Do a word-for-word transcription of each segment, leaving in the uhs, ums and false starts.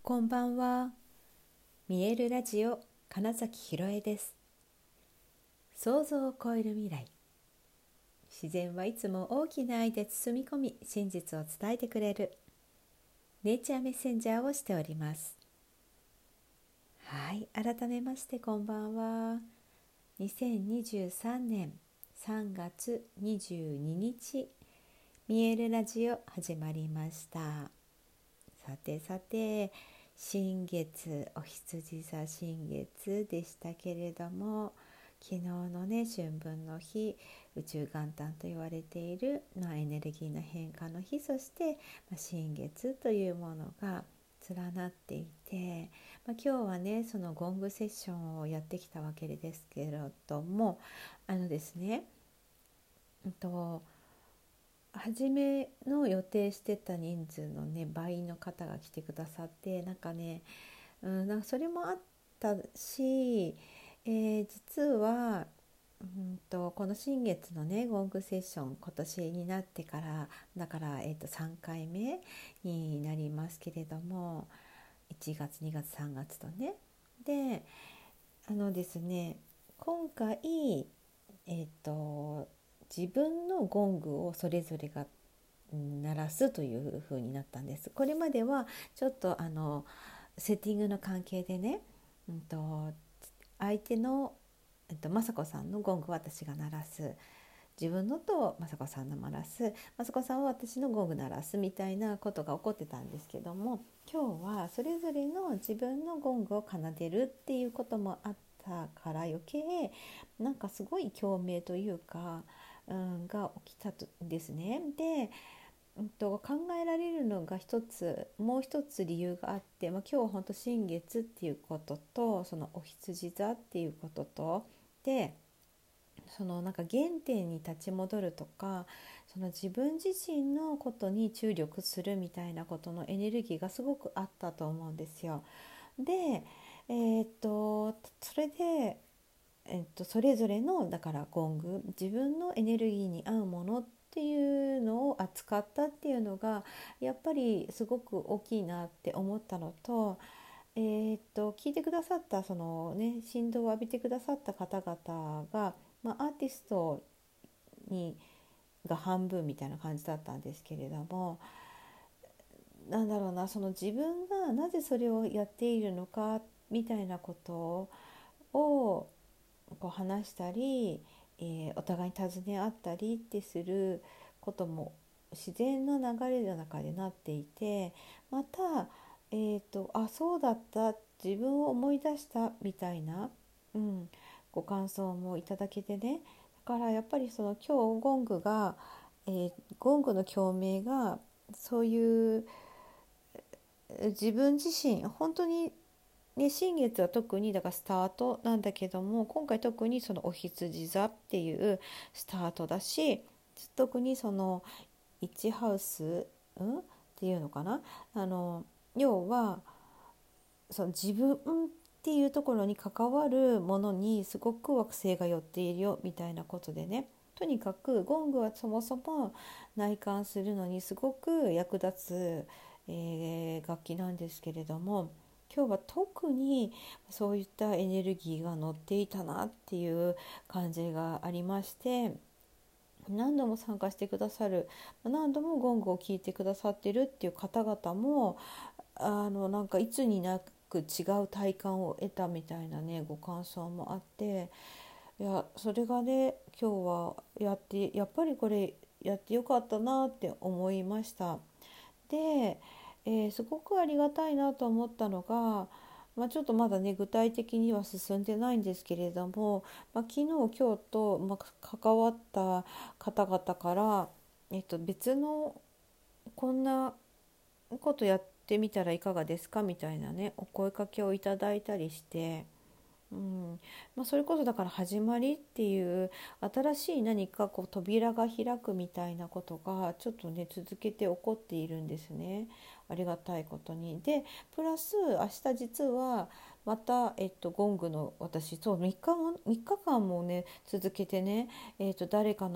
こんばんは。見えるラジオ金崎ひろえです。想像を超える未来。自然はいつも大きな愛で包み込み、真実を伝えてくれるネイチャーメッセンジャーをしております。はい、改めましてこんばんは。にせんにじゅうさんねんさんがつにじゅうににち、見えるラジオ始まりました。さてさて、新月、お羊座新月でしたけれども、昨日のね春分の日、宇宙元旦と言われている、まあ、エネルギーの変化の日、そして、まあ、新月というものが連なっていて、まあ、今日はねそのゴングセッションをやってきたわけですけれども、あのですね、うんと初めの予定してた人数のね倍の方が来てくださって、なんかね、うん、なんかそれもあったし、えー実はうんとこの新月のねゴングセッション、今年になってからだから、えーとさんかいめになりますけれども、いちがつにがつさんがつとね、であのですね今回、えーと自分のゴングをそれぞれが鳴らすという風になったんです。これまではちょっとあのセッティングの関係でね、うんと相手の、えっと、雅子さんのゴングを私が鳴らす、自分のと雅子さんの鳴らす、雅子さんは私のゴング鳴らすみたいなことが起こってたんですけども、今日はそれぞれの自分のゴングを奏でるっていうこともあったから余計なんかすごい共鳴というか、うん、が起きたんですね。でうんと、考えられるのが一つもう一つ理由があって、まあ、今日は本当新月っていうことと、そのお羊座っていうこととで、そのなんか原点に立ち戻るとか、その自分自身のことに注力するみたいなことのエネルギーがすごくあったと思うんですよ。で、えーっとそれで、えっと、それぞれのだからゴング、自分のエネルギーに合うものっていうのを扱ったっていうのがやっぱりすごく大きいなって思ったのと、えーっと聞いてくださったそのね振動を浴びてくださった方々が、まあ、アーティストにが半分みたいな感じだったんですけれども、なんだろうな、その自分がなぜそれをやっているのかみたいなことをこう話したり、えーお互いに尋ね合ったりってすることも自然の流れの中でなっていて、また、えーと、あ、そうだった、自分を思い出したみたいな、うん、ご感想もいただけてね。だからやっぱりその今日ゴングが、えーゴングの共鳴がそういう自分自身本当にね、新月は特にだからスタートなんだけども、今回特にそのお羊座っていうスタートだし、特にそのいちハウス、うん、っていうのかな、あの要はその自分っていうところに関わるものにすごく惑星が寄っているよみたいなことでね、とにかくゴングはそもそも内観するのにすごく役立つ、えー楽器なんですけれども、今日は特にそういったエネルギーが乗っていたなっていう感じがありまして、何度も参加してくださる、何度もゴングを聞いてくださってるっていう方々も、あのなんかいつになく違う体感を得たみたいなねご感想もあって、いやそれがね今日はやってやっぱりこれやってよかったなって思いました。で、えーすごくありがたいなと思ったのが、まあ、ちょっとまだね具体的には進んでないんですけれども、まあ、昨日今日と、まあ、関わった方々から、えっと、別のこんなことやってみたらいかがですかみたいなねお声かけをいただいたりして、うんまあ、それこそだから始まりっていう新しい何かこう扉が開くみたいなことがちょっとね続けて起こっているんですね、ありがたいことに。でプラス明日実はまた、えっと、ゴングの私そうみっかもみっかかんもね続けてね、えっと、誰かの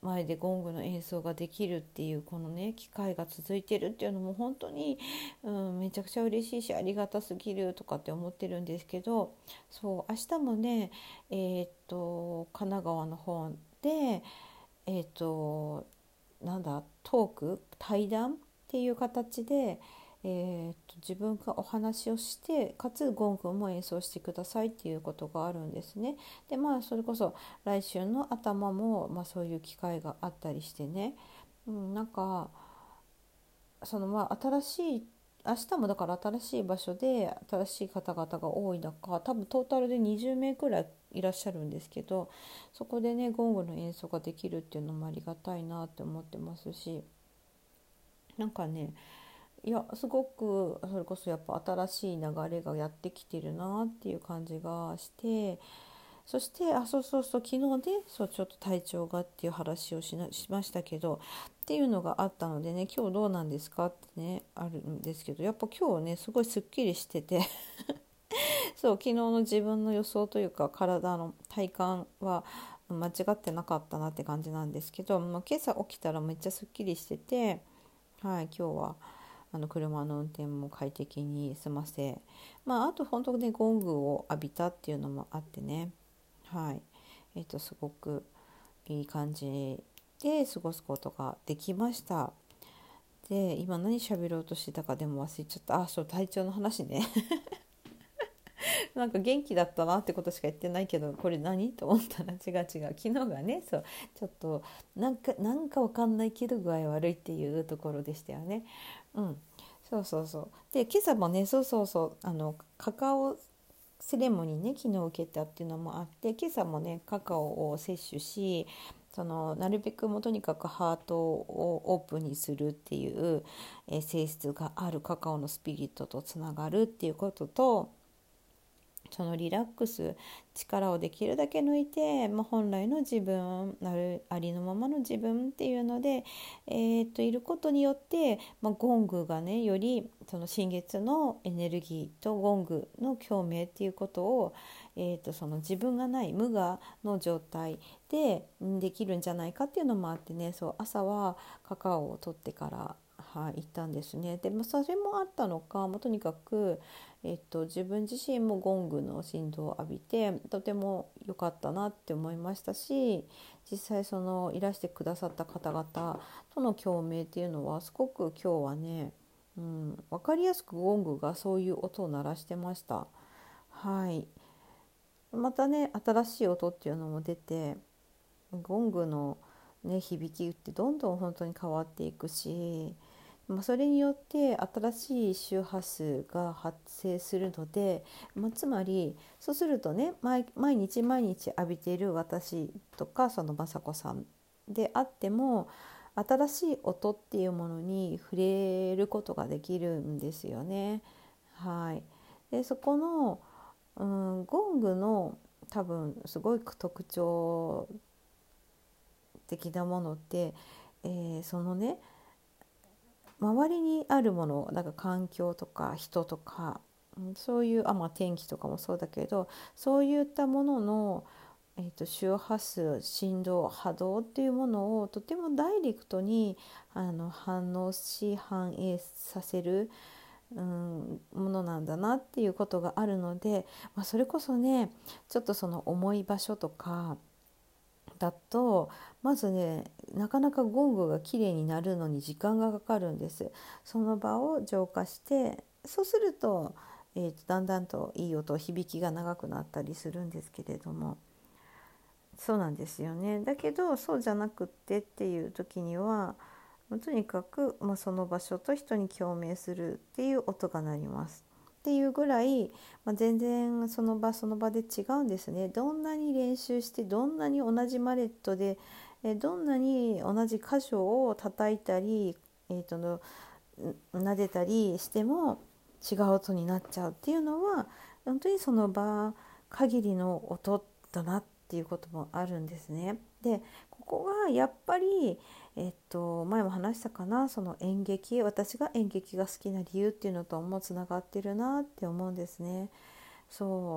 前でゴングの演奏ができるっていうこのね機会が続いてるっていうのも本当に、うん、めちゃくちゃ嬉しいしありがたすぎるとかって思ってるんですけど、そう明日もねえーっと神奈川の方でえーっとなんだトーク対談っていう形で、えー、と自分がお話をしてかつゴングも演奏してくださいっていうことがあるんですね。でまあそれこそ来週の頭も、まあ、そういう機会があったりしてね、うん、なんかそのまあ新しい明日もだから新しい場所で新しい方々が多い中、多分トータルでにじゅうめいくらいいらっしゃるんですけど、そこでねゴングの演奏ができるっていうのもありがたいなって思ってますし、なんかねいやすごくそれこそやっぱ新しい流れがやってきてるなっていう感じがして、そしてあそうそうそう昨日ねそうちょっと体調がっていう話をしなしましたけどっていうのがあったのでね、今日どうなんですかってねあるんですけど、やっぱ今日ねすごいすっきりしててそう昨日の自分の予想というか体の体感は間違ってなかったなって感じなんですけど、まあ、今朝起きたらめっちゃすっきりしてて、はい、今日はあの車の運転も快適に済ませ、まあ、あと本当にゴングを浴びたっていうのもあってね、はいえー、とすごくいい感じで過ごすことができました。で今何喋ろうとしてたかでも忘れちゃった。あそう体調の話ねなんか元気だったなってことしか言ってないけどこれ何と思ったら違う違う昨日がねそうちょっとなんかなんかわかんないけど具合悪いっていうところでしたよね。うんそうそうそうで今朝もねそうそうそうあのカカオセレモニーね昨日受けたっていうのもあって、今朝もねカカオを摂取し、そのなるべくもとにかくハートをオープンにするっていう、えー性質があるカカオのスピリットとつながるっていうことと、そのリラックス力をできるだけ抜いて、まあ、本来の自分なるありのままの自分っていうので、えー、っといることによって、まあ、ゴングがねよりその新月のエネルギーとゴングの共鳴っていうことを、えー、っとその自分がない無我の状態でできるんじゃないかっていうのもあってね、そう朝はカカオを取ってからはい、行ったんですね。で、まあ、それもあったのか、まあ、とにかく、えっと、自分自身もゴングの振動を浴びてとても良かったなって思いましたし、実際そのいらしてくださった方々との共鳴っていうのはすごく今日はね、うん、分かりやすくゴングがそういう音を鳴らしてました。はい、またね新しい音っていうのも出て、ゴングの、ね、響きってどんどん本当に変わっていくし、まあ、それによって新しい周波数が発生するので、まあ、つまりそうするとね 毎, 毎日毎日浴びている私とかその雅子さんであっても新しい音っていうものに触れることができるんですよね。はい、でそこの、うん、ゴングの多分すごい特徴的なものって、えーそのね周りにあるものだから環境とか人とか、そういうあ、まあ、天気とかもそうだけどそういったものの、えーと、周波数振動波動っていうものをとてもダイレクトにあの反応し反映させる、うん、ものなんだなっていうことがあるので、まあ、それこそねちょっとその重い場所とかだとまずねなかなかゴングがきれいになるのに時間がかかるんです。その場を浄化してそうすると、えーと、だんだんといい音響きが長くなったりするんですけれども、そうなんですよね。だけどそうじゃなくってっていう時にはとにかく、まあ、その場所と人に共鳴するっていう音が鳴りますっていうぐらい、まあ、全然その場その場で違うんですね。どんなに練習してどんなに同じマレットでえどんなに同じ箇所を叩いたり、えーとの撫でたりしても違う音になっちゃうっていうのは本当にその場限りの音だなっていうこともあるんですね。でここがやっぱり、えっと、前も話したかな、その演劇私が演劇が好きな理由っていうのともつながってるなって思うんですね。そ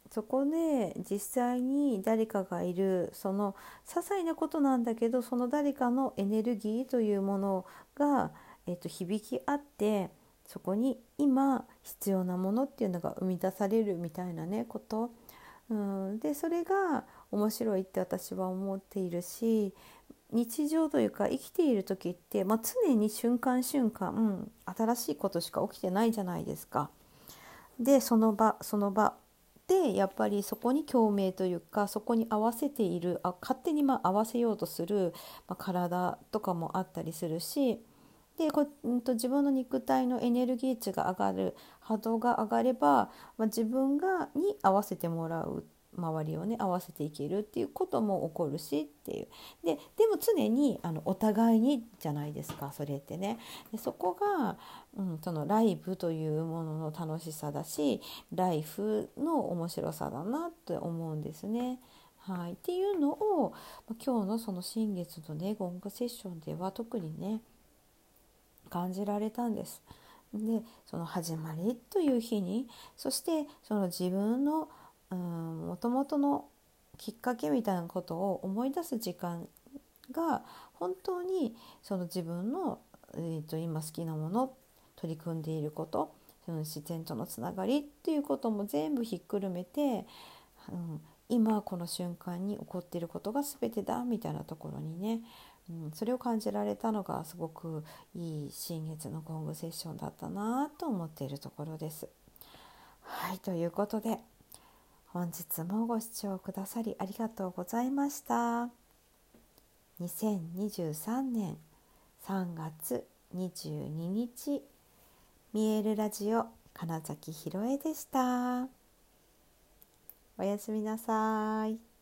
そこで実際に誰かがいる、その些細なことなんだけど、その誰かのエネルギーというものが、えっと、響き合って、そこに今必要なものっていうのが生み出されるみたいなねこと、うん、でそれが面白いって私は思っているし、日常というか生きている時って、まあ、常に瞬間瞬間、うん、新しいことしか起きてないじゃないですか。でその場その場でやっぱりそこに共鳴というか、そこに合わせている、あ勝手にまあ合わせようとする、まあ、体とかもあったりするし、でこ、うん、と自分の肉体のエネルギー値が上がる、波動が上がれば、まあ、自分がに合わせてもらう、周りをね合わせていけるっていうことも起こるしっていう。ででも常にあのお互いにじゃないですか、それってね。でそこが、うん、そのライブというものの楽しさだし、ライフの面白さだなって思うんですね。はい、っていうのを今日のその新月のねゴングセッションでは特にね感じられたんです。でその始まりという日に、そしてその自分のもともとのきっかけみたいなことを思い出す時間が、本当にその自分の、えー、と今好きなもの、取り組んでいること、その自然とのつながりっていうことも全部ひっくるめて、うん、今この瞬間に起こっていることが全てだみたいなところにね、うん、それを感じられたのがすごくいい新月のゴングセッションだったなと思っているところです。はい、ということで本日もご視聴くださりありがとうございました。にせんにじゅうさんねんさんがつにじゅうににち、見えるラジオ金崎ひろえでした。おやすみなさい。